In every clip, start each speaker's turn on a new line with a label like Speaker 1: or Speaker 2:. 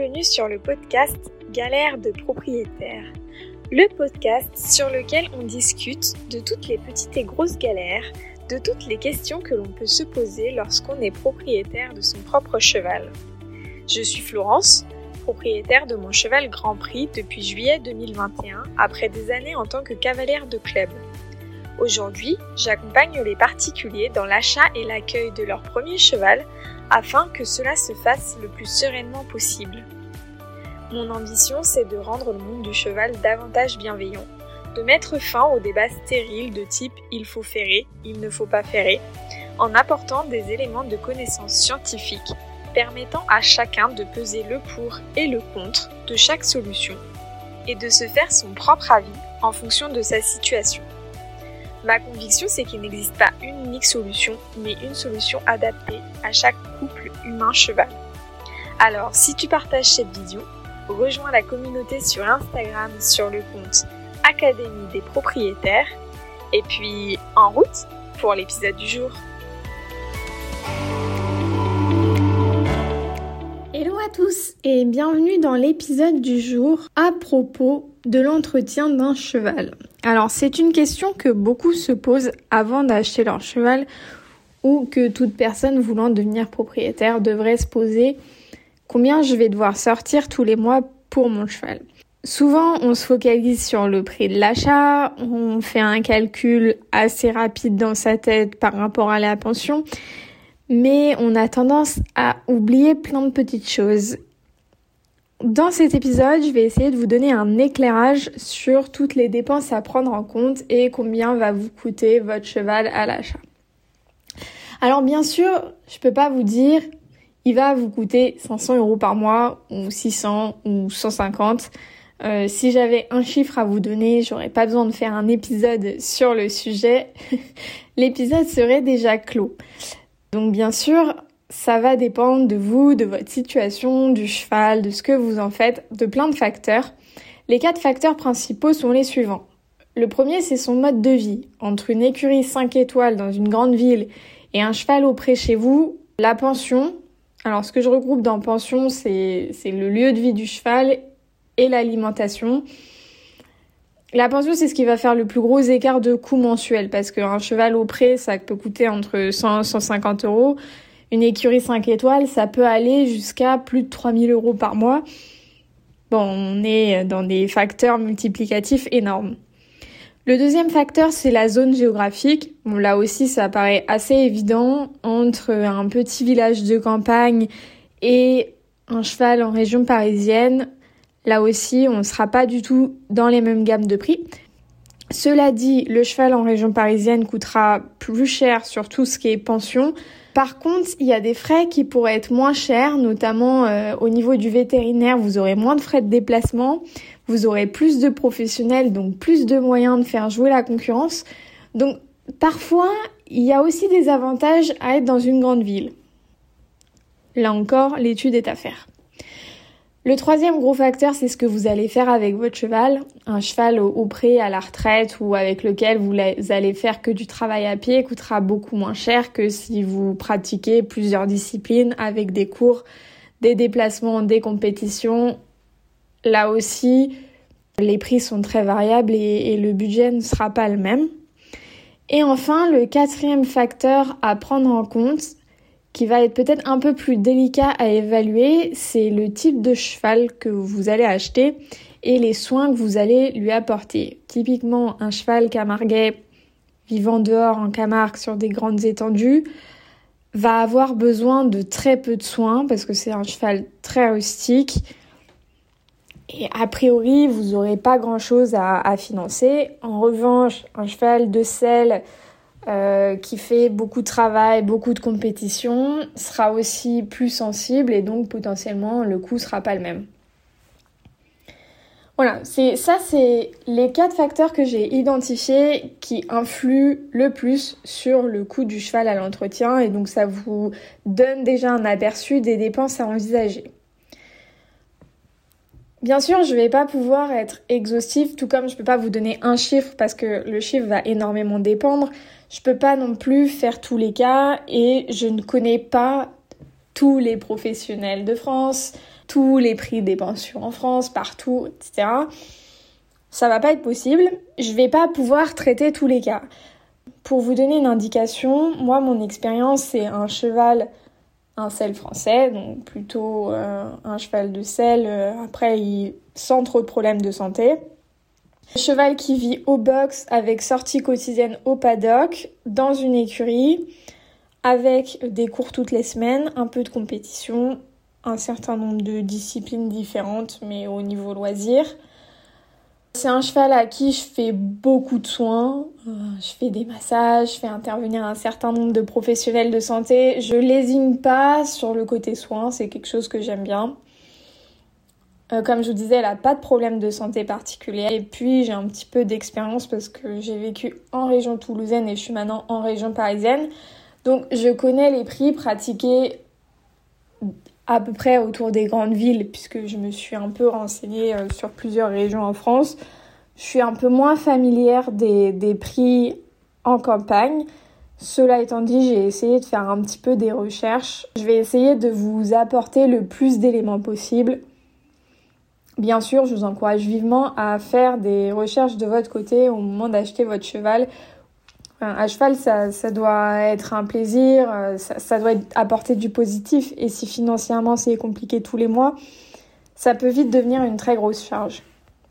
Speaker 1: Bienvenue sur le podcast Galères de propriétaires, le podcast sur lequel on discute de toutes les petites et grosses galères, de toutes les questions que l'on peut se poser lorsqu'on est propriétaire de son propre cheval. Je suis Florence, propriétaire de mon cheval Grand Prix depuis juillet 2021, après des années en tant que cavalière de club. Aujourd'hui, j'accompagne les particuliers dans l'achat et l'accueil de leur premier cheval afin que cela se fasse le plus sereinement possible. Mon ambition, c'est de rendre le monde du cheval davantage bienveillant, de mettre fin aux débats stériles de type « il faut ferrer, il ne faut pas ferrer », en apportant des éléments de connaissance scientifique permettant à chacun de peser le pour et le contre de chaque solution et de se faire son propre avis en fonction de sa situation. Ma conviction, c'est qu'il n'existe pas une unique solution, mais une solution adaptée à chaque couple humain-cheval. Alors, si tu partages cette vidéo, rejoins la communauté sur Instagram sur le compte Académie des propriétaires. Et puis, en route pour l'épisode du jour.
Speaker 2: Hello à tous et bienvenue dans l'épisode du jour à propos de l'entretien d'un cheval. Alors c'est une question que beaucoup se posent avant d'acheter leur cheval ou que toute personne voulant devenir propriétaire devrait se poser: combien je vais devoir sortir tous les mois pour mon cheval? Souvent on se focalise sur le prix de l'achat, on fait un calcul assez rapide dans sa tête par rapport à la pension, mais on a tendance à oublier plein de petites choses. Dans cet épisode, je vais essayer de vous donner un éclairage sur toutes les dépenses à prendre en compte et combien va vous coûter votre cheval à l'achat. Alors bien sûr, je peux pas vous dire il va vous coûter 500 € par mois ou 600 ou 150. Si j'avais un chiffre à vous donner, j'aurais pas besoin de faire un épisode sur le sujet. L'épisode serait déjà clos. Donc bien sûr, ça va dépendre de vous, de votre situation, du cheval, de ce que vous en faites, de plein de facteurs. Les 4 facteurs principaux sont les suivants. Le premier, c'est son mode de vie. Entre une écurie 5 étoiles dans une grande ville et un cheval au pré chez vous, la pension. Alors ce que je regroupe dans pension, c'est le lieu de vie du cheval et l'alimentation. La pension, c'est ce qui va faire le plus gros écart de coût mensuel, parce qu'un cheval au pré, ça peut coûter entre 100 et 150 €. Une écurie 5 étoiles, ça peut aller jusqu'à plus de 3000 € par mois. Bon, on est dans des facteurs multiplicatifs énormes. Le deuxième facteur, c'est la zone géographique. Bon, là aussi, ça paraît assez évident. Entre un petit village de campagne et un cheval en région parisienne, là aussi, on ne sera pas du tout dans les mêmes gammes de prix. Cela dit, le cheval en région parisienne coûtera plus cher sur tout ce qui est pension. Par contre, il y a des frais qui pourraient être moins chers, notamment au niveau du vétérinaire, vous aurez moins de frais de déplacement, vous aurez plus de professionnels, donc plus de moyens de faire jouer la concurrence. Donc parfois, il y a aussi des avantages à être dans une grande ville. Là encore, l'étude est à faire. Le troisième gros facteur, c'est ce que vous allez faire avec votre cheval. Un cheval au pré, à la retraite ou avec lequel vous allez faire que du travail à pied coûtera beaucoup moins cher que si vous pratiquez plusieurs disciplines avec des cours, des déplacements, des compétitions. Là aussi, les prix sont très variables et le budget ne sera pas le même. Et enfin, le quatrième facteur à prendre en compte, qui va être peut-être un peu plus délicat à évaluer, c'est le type de cheval que vous allez acheter et les soins que vous allez lui apporter. Typiquement, un cheval camarguais vivant dehors en Camargue sur des grandes étendues va avoir besoin de très peu de soins parce que c'est un cheval très rustique et a priori, vous n'aurez pas grand-chose à financer. En revanche, un cheval de selle qui fait beaucoup de travail, beaucoup de compétition, sera aussi plus sensible et donc potentiellement le coût sera pas le même. Voilà, c'est les 4 facteurs que j'ai identifiés qui influent le plus sur le coût du cheval à l'entretien et donc ça vous donne déjà un aperçu des dépenses à envisager. Bien sûr, je vais pas pouvoir être exhaustive, tout comme je peux pas vous donner un chiffre parce que le chiffre va énormément dépendre. Je peux pas non plus faire tous les cas et je ne connais pas tous les professionnels de France, tous les prix des pensions en France, partout, etc. Ça va pas être possible. Je vais pas pouvoir traiter tous les cas. Pour vous donner une indication, moi, mon expérience, c'est un cheval, un selle français, donc plutôt un cheval de selle, sans trop de problèmes de santé. Un cheval qui vit au box avec sortie quotidienne au paddock, dans une écurie, avec des cours toutes les semaines, un peu de compétition, un certain nombre de disciplines différentes, mais au niveau loisir. C'est un cheval à qui je fais beaucoup de soins, je fais des massages, je fais intervenir un certain nombre de professionnels de santé. Je lésigne pas sur le côté soins, c'est quelque chose que j'aime bien. Comme je vous disais, elle n'a pas de problème de santé particulier. Et puis j'ai un petit peu d'expérience parce que j'ai vécu en région toulousaine et je suis maintenant en région parisienne. Donc je connais les prix pratiqués à peu près autour des grandes villes, puisque je me suis un peu renseignée sur plusieurs régions en France. Je suis un peu moins familière des prix en campagne. Cela étant dit, j'ai essayé de faire un petit peu des recherches. Je vais essayer de vous apporter le plus d'éléments possible. Bien sûr, je vous encourage vivement à faire des recherches de votre côté au moment d'acheter votre cheval. À cheval, ça doit être un plaisir, ça doit apporter du positif. Et si financièrement c'est compliqué tous les mois, ça peut vite devenir une très grosse charge.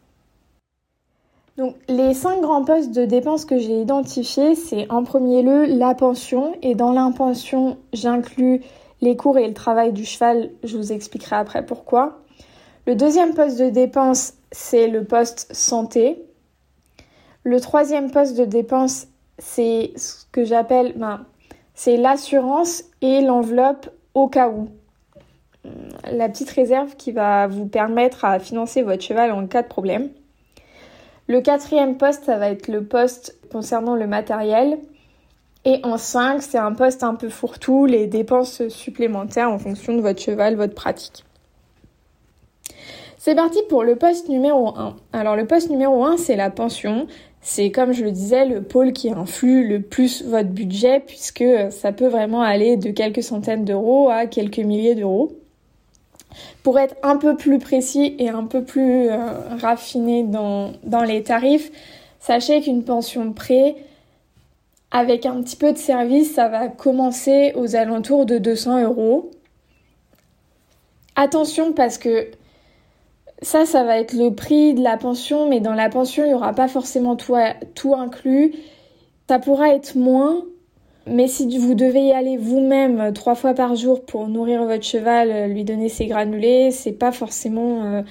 Speaker 2: Donc les 5 grands postes de dépenses que j'ai identifiés, c'est en premier lieu la pension. Et dans la pension, j'inclus les cours et le travail du cheval. Je vous expliquerai après pourquoi. Le deuxième poste de dépense, c'est le poste santé. Le troisième poste de dépense, c'est ce que j'appelle, c'est l'assurance et l'enveloppe au cas où. La petite réserve qui va vous permettre à financer votre cheval en cas de problème. Le quatrième poste, ça va être le poste concernant le matériel. Et en 5, c'est un poste un peu fourre-tout, les dépenses supplémentaires en fonction de votre cheval, votre pratique. C'est parti pour le poste numéro 1. Alors le poste numéro 1, c'est la pension. C'est, comme je le disais, le pôle qui influe le plus votre budget puisque ça peut vraiment aller de quelques centaines d'euros à quelques milliers d'euros. Pour être un peu plus précis et un peu plus raffiné dans les tarifs, sachez qu'une pension pré, avec un petit peu de service, ça va commencer aux alentours de 200 euros. Attention parce que ça va être le prix de la pension, mais dans la pension, il n'y aura pas forcément tout inclus. Ça pourra être moins, mais si vous devez y aller vous-même 3 fois par jour pour nourrir votre cheval, lui donner ses granulés, c'est pas forcément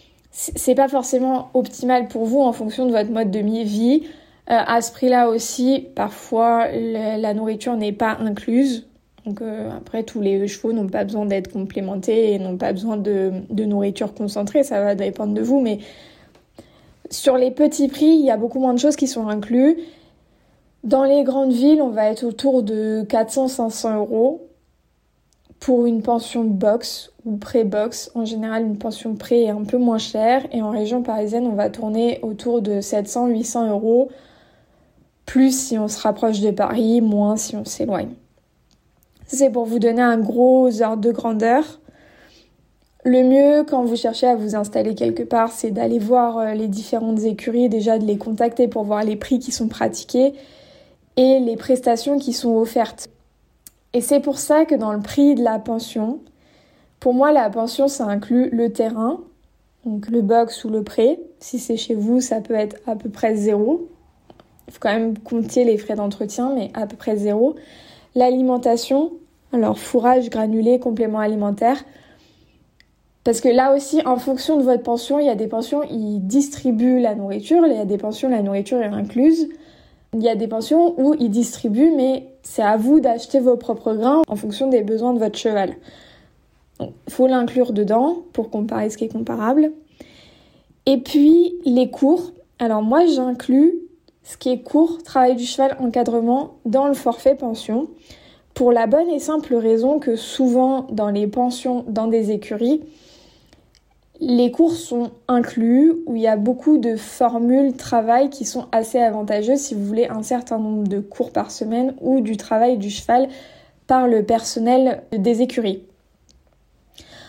Speaker 2: optimal pour vous en fonction de votre mode de vie. À ce prix-là aussi, parfois, la nourriture n'est pas incluse. Donc après, tous les chevaux n'ont pas besoin d'être complémentés et n'ont pas besoin de nourriture concentrée, ça va dépendre de vous. Mais sur les petits prix, il y a beaucoup moins de choses qui sont incluses. Dans les grandes villes, on va être autour de 400-500 euros pour une pension box ou pré-box. En général, une pension pré est un peu moins chère. Et en région parisienne, on va tourner autour de 700-800 euros. Plus si on se rapproche de Paris, moins si on s'éloigne. C'est pour vous donner un gros ordre de grandeur. Le mieux, quand vous cherchez à vous installer quelque part, c'est d'aller voir les différentes écuries, déjà de les contacter pour voir les prix qui sont pratiqués et les prestations qui sont offertes. Et c'est pour ça que dans le prix de la pension, pour moi, la pension, ça inclut le terrain, donc le box ou le pré. Si c'est chez vous, ça peut être à peu près 0. Il faut quand même compter les frais d'entretien, mais à peu près 0. L'alimentation, alors fourrage, granulé, complément alimentaire. Parce que là aussi, en fonction de votre pension, il y a des pensions, ils distribuent la nourriture. Il y a des pensions, la nourriture est incluse. Il y a des pensions où ils distribuent, mais c'est à vous d'acheter vos propres grains en fonction des besoins de votre cheval. Donc, il faut l'inclure dedans pour comparer ce qui est comparable. Et puis, les cours. Alors moi, j'inclus ce qui est cours, travail du cheval, encadrement dans le forfait pension. Pour la bonne et simple raison que souvent dans les pensions, dans des écuries, les cours sont inclus, où il y a beaucoup de formules travail qui sont assez avantageuses si vous voulez un certain nombre de cours par semaine ou du travail du cheval par le personnel des écuries.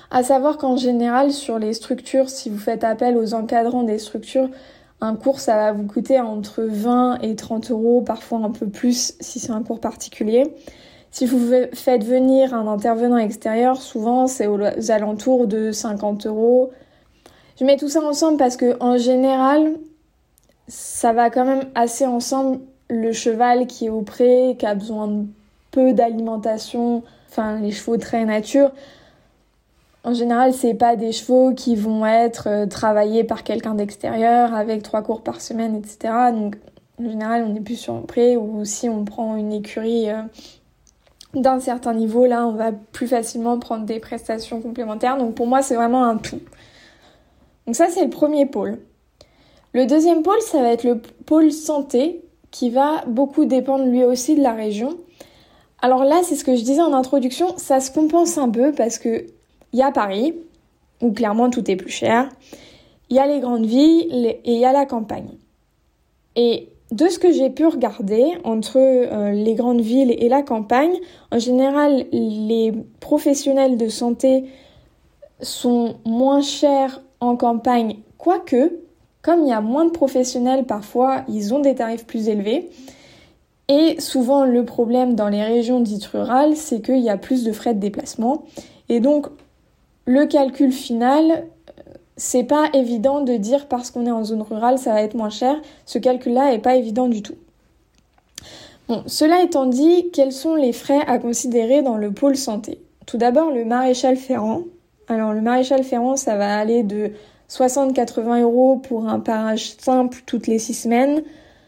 Speaker 2: À savoir qu'en général, sur les structures, si vous faites appel aux encadrants des structures, un cours, ça va vous coûter entre 20 et 30 euros, parfois un peu plus si c'est un cours particulier. Si vous faites venir un intervenant extérieur, souvent c'est aux alentours de 50 euros. Je mets tout ça ensemble parce que en général, ça va quand même assez ensemble. Le cheval qui est au pré, qui a besoin de peu d'alimentation, enfin les chevaux très nature. En général, c'est pas des chevaux qui vont être travaillés par quelqu'un d'extérieur avec 3 cours par semaine, etc. Donc, en général, on est plus sur le pré, ou si on prend une écurie d'un certain niveau, là, on va plus facilement prendre des prestations complémentaires. Donc, pour moi, c'est vraiment un tout. Donc ça, c'est le premier pôle. Le deuxième pôle, ça va être le pôle santé, qui va beaucoup dépendre lui aussi de la région. Alors là, c'est ce que je disais en introduction, ça se compense un peu parce que il y a Paris, où clairement tout est plus cher. Il y a les grandes villes et il y a la campagne. Et de ce que j'ai pu regarder entre les grandes villes et la campagne, en général, les professionnels de santé sont moins chers en campagne, quoique, comme il y a moins de professionnels, parfois, ils ont des tarifs plus élevés. Et souvent, le problème dans les régions dites rurales, c'est qu'il y a plus de frais de déplacement. Et donc, le calcul final, c'est pas évident de dire parce qu'on est en zone rurale, ça va être moins cher. Ce calcul-là est pas évident du tout. Bon, cela étant dit, quels sont les frais à considérer dans le pôle santé ? Tout d'abord, le maréchal ferrant. Alors, le maréchal ferrant, ça va aller de 60-80 euros pour un parage simple toutes les 6 semaines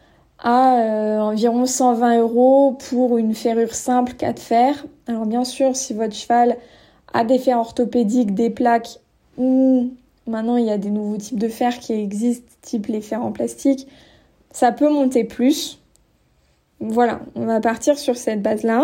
Speaker 2: à environ 120 euros pour une ferrure simple 4 fers. Alors, bien sûr, si votre cheval a des fers orthopédiques, des plaques, ou maintenant il y a des nouveaux types de fers qui existent, type les fers en plastique, ça peut monter plus. Voilà, on va partir sur cette base-là.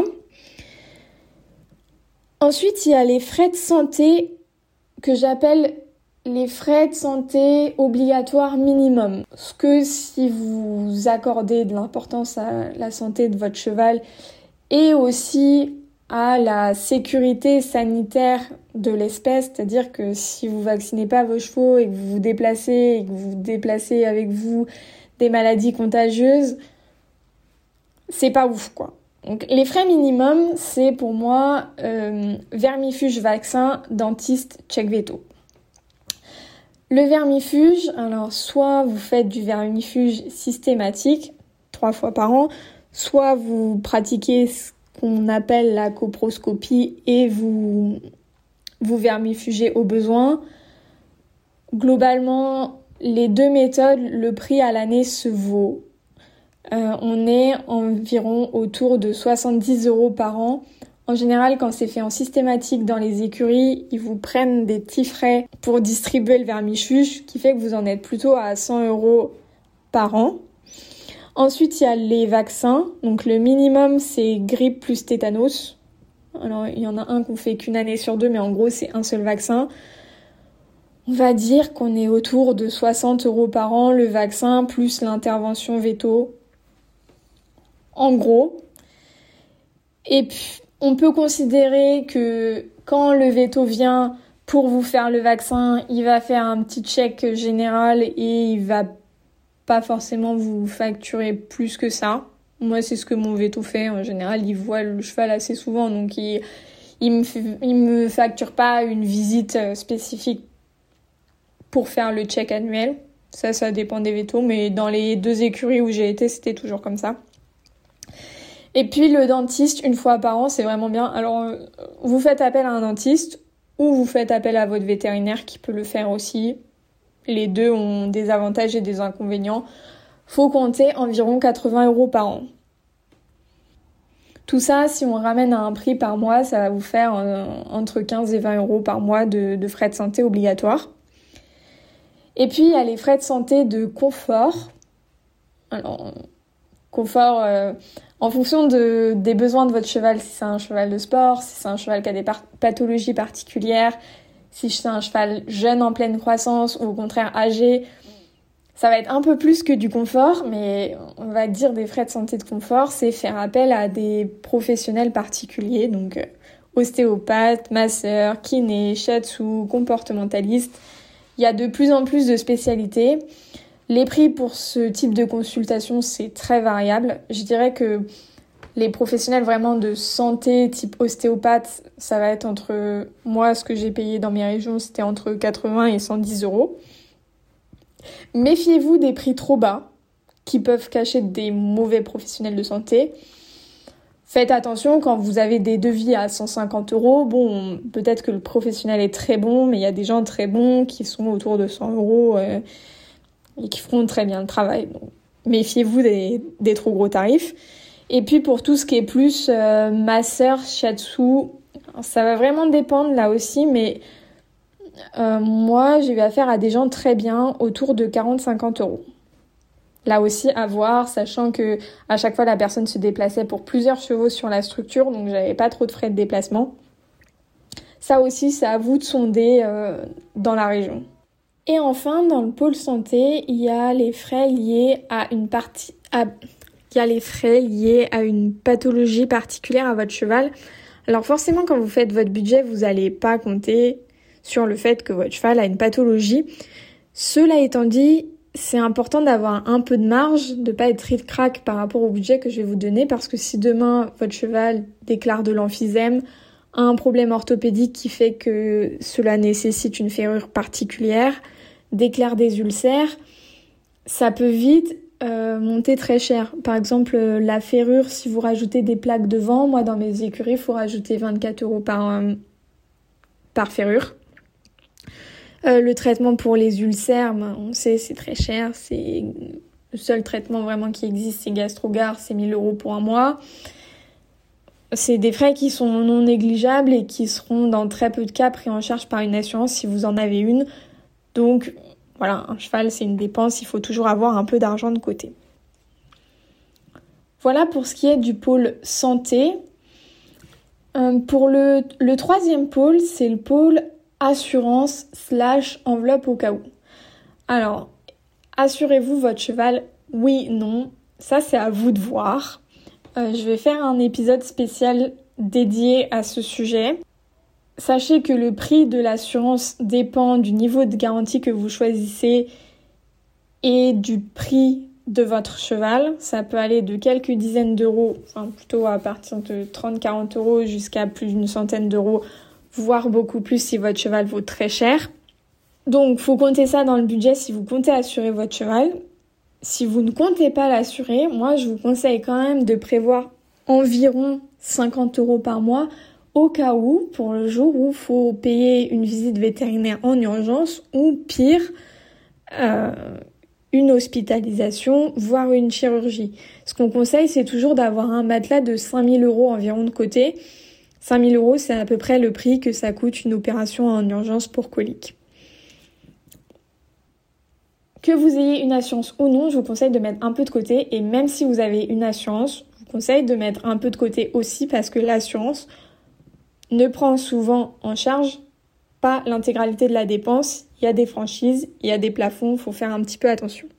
Speaker 2: Ensuite, il y a les frais de santé que j'appelle les frais de santé obligatoires minimum. Ce que si vous accordez de l'importance à la santé de votre cheval et aussi à la sécurité sanitaire de l'espèce, c'est-à-dire que si vous vaccinez pas vos chevaux et que vous vous déplacez et que vous déplacez avec vous des maladies contagieuses, c'est pas ouf, quoi. Donc les frais minimums, c'est pour moi vermifuge, vaccin, dentiste, check veto. Le vermifuge, alors soit vous faites du vermifuge systématique 3 fois par an, soit vous pratiquez ce qu'on appelle la coproscopie et vous vermifugez au besoin. Globalement, les deux méthodes, le prix à l'année se vaut. On est environ autour de 70 euros par an. En général, quand c'est fait en systématique dans les écuries, ils vous prennent des petits frais pour distribuer le vermifuge, qui fait que vous en êtes plutôt à 100 euros par an. Ensuite, il y a les vaccins. Donc le minimum, c'est grippe plus tétanos. Alors, il y en a un qu'on fait qu'une année sur 2, mais en gros, c'est un seul vaccin. On va dire qu'on est autour de 60 euros par an, le vaccin plus l'intervention veto. En gros. Et puis, on peut considérer que quand le veto vient pour vous faire le vaccin, il va faire un petit check général et il va pas forcément vous facturer plus que ça. Moi, c'est ce que mon veto fait. En général, il voit le cheval assez souvent, donc il me facture pas une visite spécifique pour faire le check annuel. Ça dépend des vétos, mais dans les 2 écuries où j'ai été, c'était toujours comme ça. Et puis le dentiste, 1 fois par an, c'est vraiment bien. Alors, vous faites appel à un dentiste ou vous faites appel à votre vétérinaire qui peut le faire aussi. Les deux ont des avantages et des inconvénients. Faut compter environ 80 euros par an. Tout ça, si on ramène à un prix par mois, ça va vous faire entre 15 et 20 euros par mois de frais de santé obligatoires. Et puis, il y a les frais de santé de confort. Alors, confort en fonction des besoins de votre cheval, si c'est un cheval de sport, si c'est un cheval qui a des pathologies particulières, si c'est un cheval jeune en pleine croissance ou au contraire âgé, ça va être un peu plus que du confort, mais on va dire des frais de santé de confort, c'est faire appel à des professionnels particuliers, donc ostéopathe, masseur, kiné, shiatsu, comportementaliste. Il y a de plus en plus de spécialités. Les prix pour ce type de consultation, c'est très variable. Je dirais que les professionnels vraiment de santé, type ostéopathe, ça va être entre... Moi, ce que j'ai payé dans mes régions, c'était entre 80 et 110 euros. Méfiez-vous des prix trop bas, qui peuvent cacher des mauvais professionnels de santé. Faites attention quand vous avez des devis à 150 euros. Bon, peut-être que le professionnel est très bon, mais il y a des gens très bons qui sont autour de 100 euros et qui feront très bien le travail. Donc, méfiez-vous des trop gros tarifs. Et puis pour tout ce qui est plus masseur, shiatsu, ça va vraiment dépendre là aussi, mais moi j'ai eu affaire à des gens très bien autour de 40-50 euros. Là aussi, à voir, sachant que à chaque fois, la personne se déplaçait pour plusieurs chevaux sur la structure, donc j'avais pas trop de frais de déplacement. Ça aussi, c'est à vous de sonder dans la région. Et enfin, dans le pôle santé, il y a les frais liés à une pathologie particulière à votre cheval. Alors forcément, quand vous faites votre budget, vous n'allez pas compter sur le fait que votre cheval a une pathologie. Cela étant dit, c'est important d'avoir un peu de marge, de pas être ric-rac par rapport au budget que je vais vous donner, parce que si demain votre cheval déclare de l'emphysème, a un problème orthopédique qui fait que cela nécessite une ferrure particulière, déclare des ulcères, ça peut vite monter très cher. Par exemple, la ferrure, si vous rajoutez des plaques devant, moi dans mes écuries, il faut rajouter 24 euros par ferrure. Le traitement pour les ulcères, on sait, c'est très cher. C'est le seul traitement vraiment qui existe, c'est GastroGuard, c'est 1000 euros pour un mois. C'est des frais qui sont non négligeables et qui seront dans très peu de cas pris en charge par une assurance si vous en avez une. Donc voilà, un cheval, c'est une dépense, il faut toujours avoir un peu d'argent de côté. Voilà pour ce qui est du pôle santé. Pour le troisième pôle, c'est le pôle assurance / enveloppe au cas où. Alors, assurez-vous votre cheval, oui, non, ça c'est à vous de voir. Je vais faire un épisode spécial dédié à ce sujet. Sachez que le prix de l'assurance dépend du niveau de garantie que vous choisissez et du prix de votre cheval. Ça peut aller de quelques dizaines d'euros, enfin plutôt à partir de 30-40 euros jusqu'à plus d'une centaine d'euros, voire beaucoup plus si votre cheval vaut très cher. Donc, faut compter ça dans le budget si vous comptez assurer votre cheval. Si vous ne comptez pas l'assurer, moi, je vous conseille quand même de prévoir environ 50 euros par mois au cas où, pour le jour où il faut payer une visite vétérinaire en urgence ou pire, une hospitalisation, voire une chirurgie. Ce qu'on conseille, c'est toujours d'avoir un matelas de 5000 euros environ de côté. 5000 euros, c'est à peu près le prix que ça coûte une opération en urgence pour colique. Que vous ayez une assurance ou non, je vous conseille de mettre un peu de côté. Et même si vous avez une assurance, je vous conseille de mettre un peu de côté aussi parce que l'assurance ne prend souvent en charge pas l'intégralité de la dépense. Il y a des franchises, il y a des plafonds, il faut faire un petit peu attention.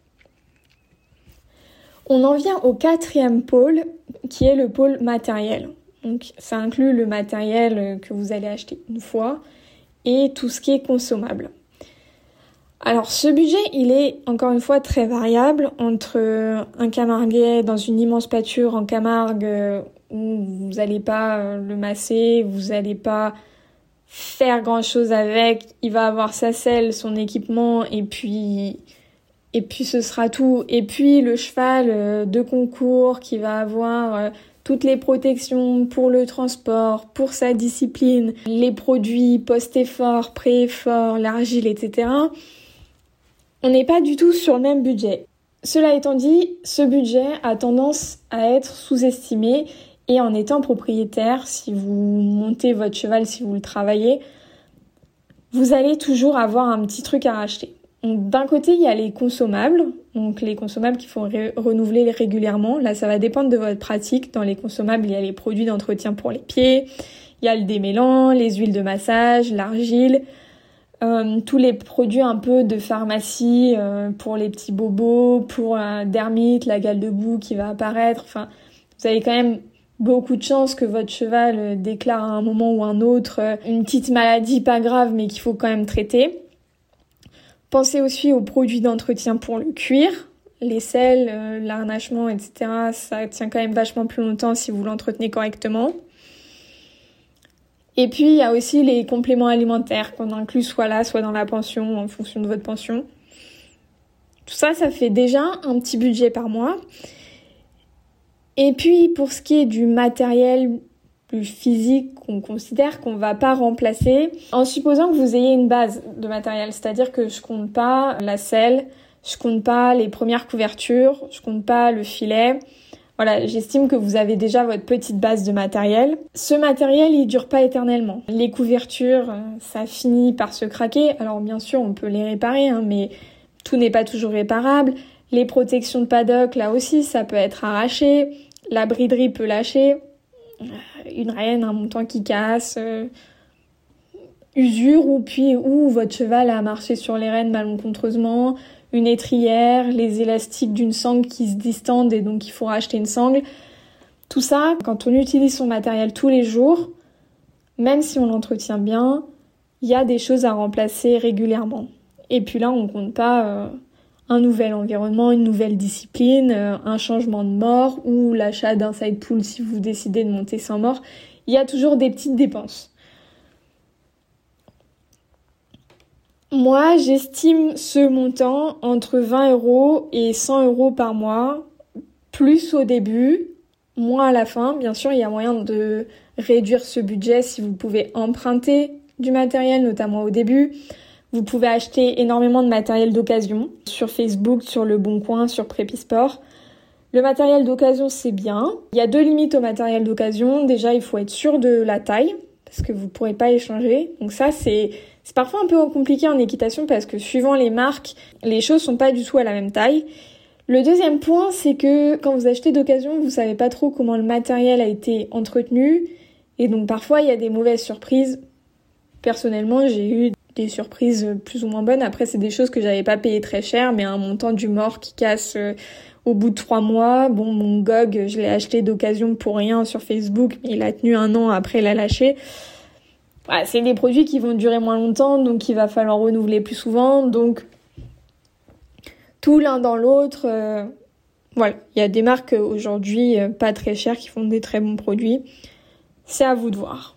Speaker 2: On en vient au quatrième pôle qui est le pôle matériel. Donc ça inclut le matériel que vous allez acheter une fois et tout ce qui est consommable. Alors ce budget, il est encore une fois très variable entre un camarguais dans une immense pâture en Camargue où vous n'allez pas le masser, vous n'allez pas faire grand chose avec, il va avoir sa selle, son équipement et puis ce sera tout. Et puis le cheval de concours qui va avoir toutes les protections pour le transport, pour sa discipline, les produits post-effort, pré-effort, l'argile, etc. On n'est pas du tout sur le même budget. Cela étant dit, ce budget a tendance à être sous-estimé et en étant propriétaire, si vous montez votre cheval, si vous le travaillez, vous allez toujours avoir un petit truc à racheter. Donc, d'un côté, il y a les consommables, donc les consommables qu'il faut renouveler régulièrement. Là, ça va dépendre de votre pratique. Dans les consommables, il y a les produits d'entretien pour les pieds, il y a le démêlant, les huiles de massage, l'argile, tous les produits un peu de pharmacie pour les petits bobos, pour dermite, la gale de boue qui va apparaître. Enfin, vous allez quand même beaucoup de chances que votre cheval déclare à un moment ou un autre une petite maladie pas grave mais qu'il faut quand même traiter. Pensez aussi aux produits d'entretien pour le cuir, les selles, l'arnachement, etc. Ça tient quand même vachement plus longtemps si vous l'entretenez correctement. Et puis il y a aussi les compléments alimentaires qu'on inclut soit là, soit dans la pension en fonction de votre pension. Tout ça, ça fait déjà un petit budget par mois. Et puis, pour ce qui est du matériel plus physique qu'on considère qu'on va pas remplacer, en supposant que vous ayez une base de matériel, c'est-à-dire que je compte pas la selle, je compte pas les premières couvertures, je compte pas le filet. Voilà, j'estime que vous avez déjà votre petite base de matériel. Ce matériel, il dure pas éternellement. Les couvertures, ça finit par se craquer. Alors bien sûr, on peut les réparer, mais tout n'est pas toujours réparable. Les protections de paddock, là aussi, ça peut être arraché. La briderie peut lâcher. Une rêne, un montant qui casse. Usure ou votre cheval a marché sur les rênes malencontreusement. Une étrière, les élastiques d'une sangle qui se distendent et donc il faut racheter une sangle. Tout ça, quand on utilise son matériel tous les jours, même si on l'entretient bien, il y a des choses à remplacer régulièrement. Et puis là, on compte pas un nouvel environnement, une nouvelle discipline, un changement de mort ou l'achat d'un side pool si vous décidez de monter sans mort. Il y a toujours des petites dépenses. Moi, j'estime ce montant entre 20 € et 100 € par mois, plus au début, moins à la fin. Bien sûr, il y a moyen de réduire ce budget si vous pouvez emprunter du matériel, notamment au début. Vous pouvez acheter énormément de matériel d'occasion sur Facebook, sur Le Bon Coin, sur Prépisport. Le matériel d'occasion, c'est bien. Il y a 2 limites au matériel d'occasion. Déjà, il faut être sûr de la taille parce que vous ne pourrez pas échanger. Donc ça, c'est parfois un peu compliqué en équitation parce que suivant les marques, les choses sont pas du tout à la même taille. Le deuxième point, c'est que quand vous achetez d'occasion, vous savez pas trop comment le matériel a été entretenu. Et donc parfois, il y a des mauvaises surprises. Personnellement, j'ai eu des surprises plus ou moins bonnes. Après, c'est des choses que j'avais pas payé très cher, mais un montant du mort qui casse au bout de 3 mois. Bon, mon GOG, je l'ai acheté d'occasion pour rien sur Facebook, mais il a tenu 1 an, après il a lâché. Voilà, c'est des produits qui vont durer moins longtemps, donc il va falloir renouveler plus souvent. Donc, tout l'un dans l'autre. Voilà, il y a des marques aujourd'hui pas très chères qui font des très bons produits. C'est à vous de voir.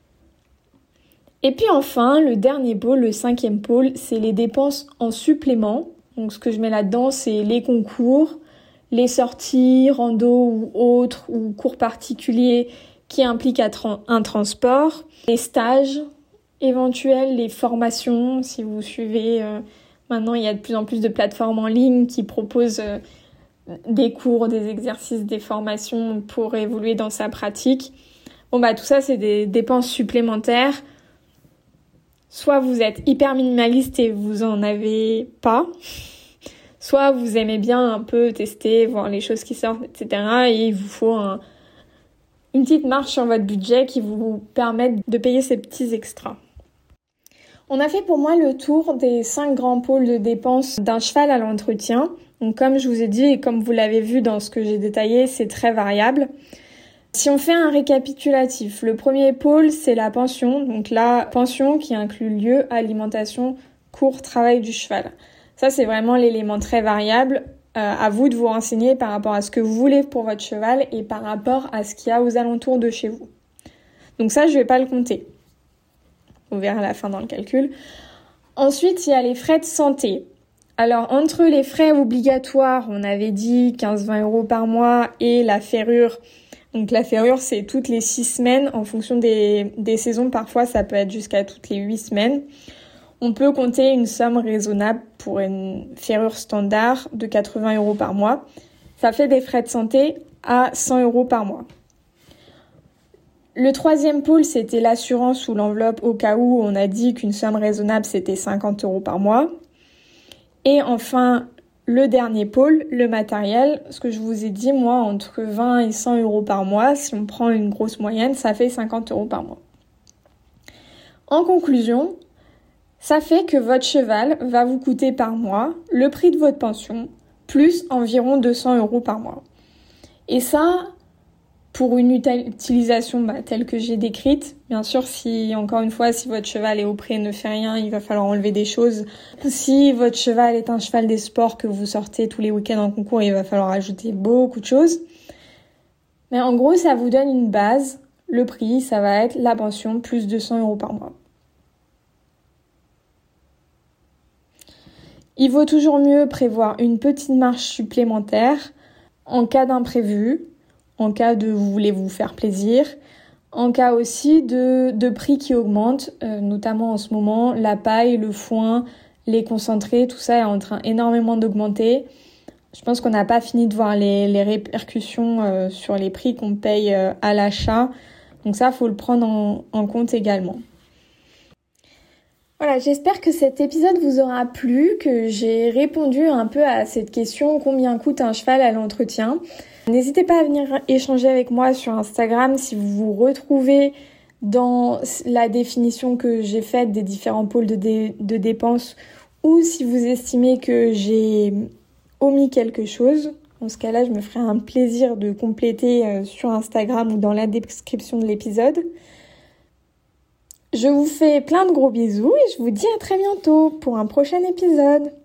Speaker 2: Et puis enfin, le dernier pôle, le 5e pôle, c'est les dépenses en supplément. Donc ce que je mets là-dedans, c'est les concours, les sorties, rando ou autres, ou cours particuliers qui impliquent un transport, les stages éventuels, les formations, si vous suivez. Maintenant, il y a de plus en plus de plateformes en ligne qui proposent des cours, des exercices, des formations pour évoluer dans sa pratique. Bon, tout ça, c'est des dépenses supplémentaires. Soit vous êtes hyper minimaliste et vous en avez pas, soit vous aimez bien un peu tester, voir les choses qui sortent, etc. Et il vous faut une petite marge sur votre budget qui vous permette de payer ces petits extras. On a fait pour moi le tour des 5 grands pôles de dépenses d'un cheval à l'entretien. Donc comme je vous ai dit et comme vous l'avez vu dans ce que j'ai détaillé, c'est très variable. Si on fait un récapitulatif, le premier pôle, c'est la pension. Donc la pension qui inclut lieu, alimentation, cours, travail du cheval. Ça, c'est vraiment l'élément très variable. À vous de vous renseigner par rapport à ce que vous voulez pour votre cheval et par rapport à ce qu'il y a aux alentours de chez vous. Donc ça, je vais pas le compter. On verra à la fin dans le calcul. Ensuite, il y a les frais de santé. Alors, entre les frais obligatoires, on avait dit 15-20 € par mois et la ferrure. Donc la ferrure, c'est toutes les 6 semaines. En fonction des saisons, parfois, ça peut être jusqu'à toutes les 8 semaines. On peut compter une somme raisonnable pour une ferrure standard de 80 € par mois. Ça fait des frais de santé à 100 € par mois. Le troisième pôle, c'était l'assurance ou l'enveloppe au cas où on a dit qu'une somme raisonnable, c'était 50 € par mois. Et enfin, le dernier pôle, le matériel, ce que je vous ai dit, moi, entre 20 et 100 € par mois, si on prend une grosse moyenne, ça fait 50 € par mois. En conclusion, ça fait que votre cheval va vous coûter par mois le prix de votre pension, plus environ 200 € par mois. Et ça, pour une utilisation telle que j'ai décrite. Bien sûr, si votre cheval est au pré et ne fait rien, il va falloir enlever des choses. Si votre cheval est un cheval des sports que vous sortez tous les week-ends en concours, il va falloir ajouter beaucoup de choses. Mais en gros, ça vous donne une base. Le prix, ça va être la pension plus 200 € par mois. Il vaut toujours mieux prévoir une petite marge supplémentaire en cas d'imprévu, en cas de vous voulez vous faire plaisir, en cas aussi de prix qui augmentent, notamment en ce moment, la paille, le foin, les concentrés, tout ça est en train énormément d'augmenter. Je pense qu'on n'a pas fini de voir les répercussions sur les prix qu'on paye à l'achat, donc ça, faut le prendre en compte également. Voilà, j'espère que cet épisode vous aura plu, que j'ai répondu un peu à cette question, combien coûte un cheval à l'entretien. N'hésitez pas à venir échanger avec moi sur Instagram si vous vous retrouvez dans la définition que j'ai faite des différents pôles de dépenses ou si vous estimez que j'ai omis quelque chose. Dans ce cas-là, je me ferai un plaisir de compléter sur Instagram ou dans la description de l'épisode. Je vous fais plein de gros bisous et je vous dis à très bientôt pour un prochain épisode.